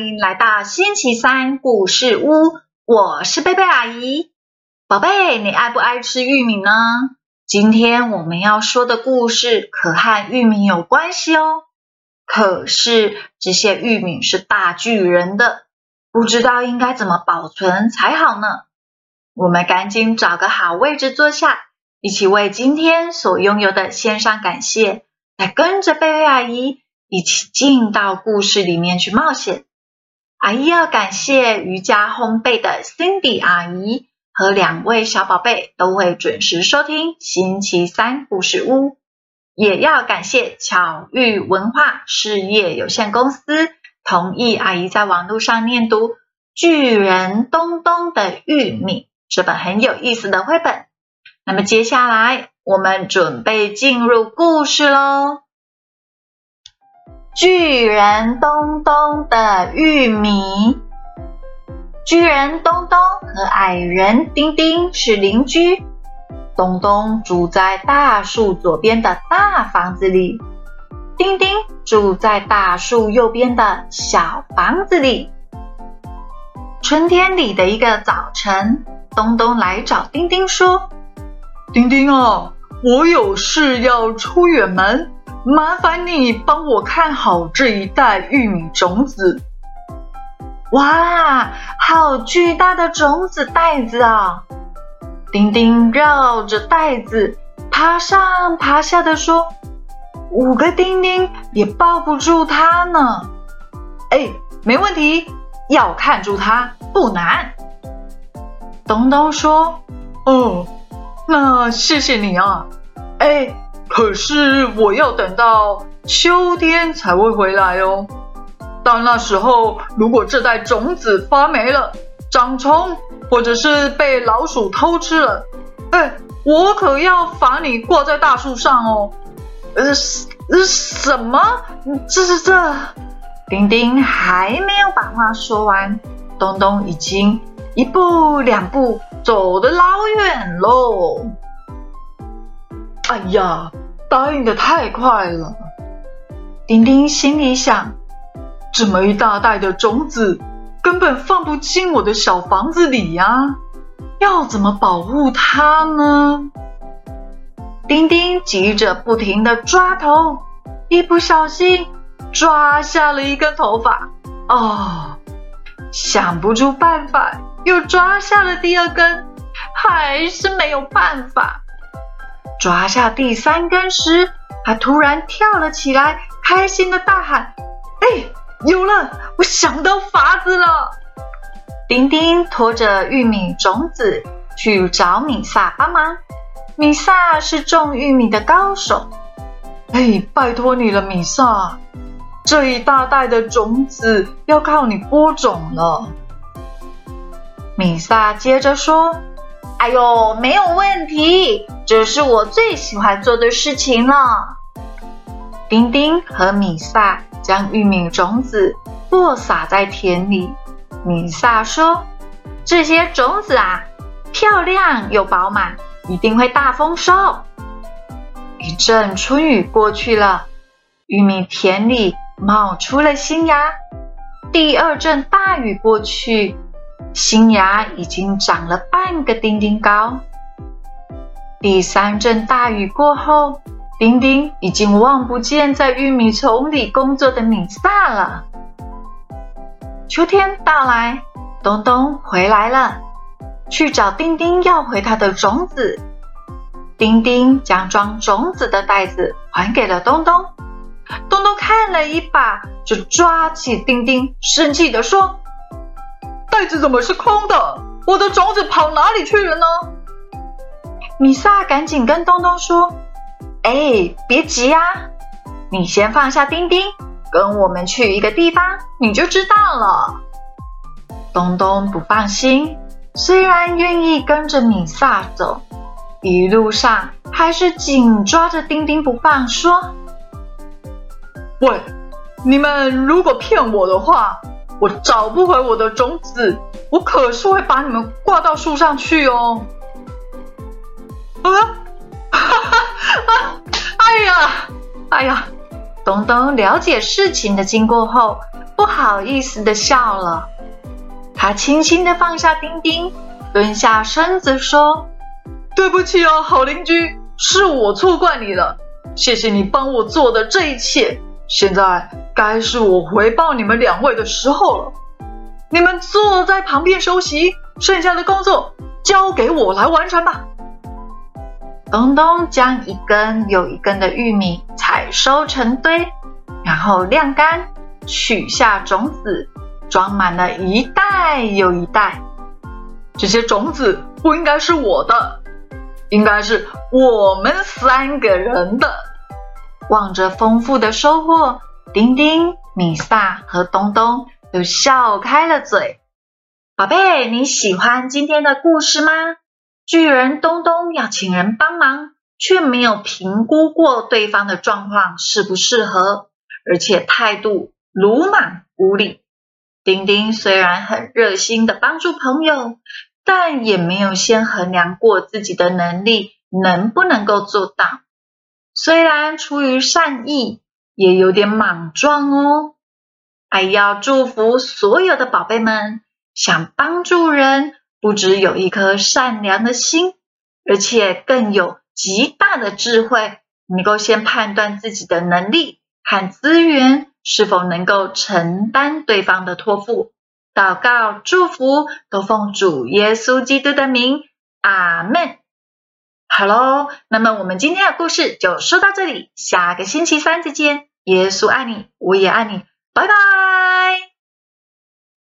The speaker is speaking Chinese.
迎来到星期三故事屋，我是贝贝阿姨。宝贝，你爱不爱吃玉米呢？今天我们要说的故事可和玉米有关系哦。可是这些玉米是大巨人的，不知道应该怎么保存才好呢？我们赶紧找个好位置坐下，一起为今天所拥有的献上感谢，来跟着贝贝阿姨一起进到故事里面去冒险。阿姨要感谢瑜伽烘焙的 Cindy 阿姨和2位小宝贝都会准时收听星期三故事屋，也要感谢巧遇文化事业有限公司同意阿姨在网络上念读《巨人东东的玉米》这本很有意思的绘本。那么接下来我们准备进入故事咯。巨人东东的玉米。巨人东东和矮人丁丁是邻居。东东住在大树左边的大房子里，丁丁住在大树右边的小房子里。春天里的一个早晨，东东来找丁丁说：丁丁啊，我有事要出远门，麻烦你帮我看好这一袋玉米种子。哇，好巨大的种子袋子啊！丁丁绕着袋子爬上爬下的说：5个丁丁也抱不住它呢。没问题，要看住它不难。东东说：那谢谢你啊。可是我要等到秋天才会回来哦。到那时候，如果这袋种子发霉了、长虫，或者是被老鼠偷吃了，我可要罚你挂在大树上哦。什么？这？丁丁还没有把话说完，东东已经1步2步走得老远喽。哎呀，答应得太快了。丁丁心里想，这么一大袋的种子根本放不进我的小房子里呀，要怎么保护它呢？丁丁急着不停地抓头，一不小心抓下了一根头发。想不出办法，又抓下了第2根，还是没有办法。抓下第3根时，他突然跳了起来，开心地大喊：有了，我想到法子了。丁丁拖着玉米种子去找米萨帮忙。米萨是种玉米的高手。拜托你了，米萨，这一大袋的种子要靠你播种了。米萨接着说：没有问题，这是我最喜欢做的事情了。丁丁和米萨将玉米种子播撒在田里。米萨说：这些种子啊，漂亮又饱满，一定会大丰收。一阵春雨过去了，玉米田里冒出了新芽。第2阵大雨过去，新芽已经长了半个丁丁高。第3阵大雨过后，丁丁已经望不见在玉米丛里工作的米萨了。秋天到来，东东回来了，去找丁丁要回他的种子。丁丁将装种子的袋子还给了东东。东东看了一把，就抓起丁丁，生气地说：袋子怎么是空的？我的种子跑哪里去了呢？米萨赶紧跟东东说：别急啊，你先放下丁丁，跟我们去一个地方，你就知道了。东东不放心，虽然愿意跟着米萨走，一路上还是紧抓着丁丁不放，说：你们如果骗我的话，我找不回我的种子，我可是会把你们挂到树上去哦。东东了解事情的经过后，不不好意思地笑了。他轻轻地放下丁丁，蹲下身子说：“对不起哦，好邻居，是我错怪你了。谢谢你帮我做的这一切，现在该是我回报你们2位的时候了。你们坐在旁边休息，剩下的工作交给我来完成吧。”东东将一根又一根的玉米采收成堆，然后晾干，取下种子，装满了一袋又一袋。这些种子不应该是我的，应该是我们3个人的。望着丰富的收获，丁丁、米萨和东东都笑开了嘴。宝贝，你喜欢今天的故事吗？巨人东东要请人帮忙，却没有评估过对方的状况适不适合，而且态度鲁莽无礼。丁丁虽然很热心的帮助朋友，但也没有先衡量过自己的能力能不能够做到。虽然出于善意，也有点莽撞哦。爱要祝福所有的宝贝们，想帮助人，不只有一颗善良的心，而且更有极大的智慧，能够先判断自己的能力和资源是否能够承担对方的托付。祷告祝福都奉主耶稣基督的名，阿们。好咯，那么我们今天的故事就说到这里，下个星期3再见。耶稣爱你，我也爱你，拜拜。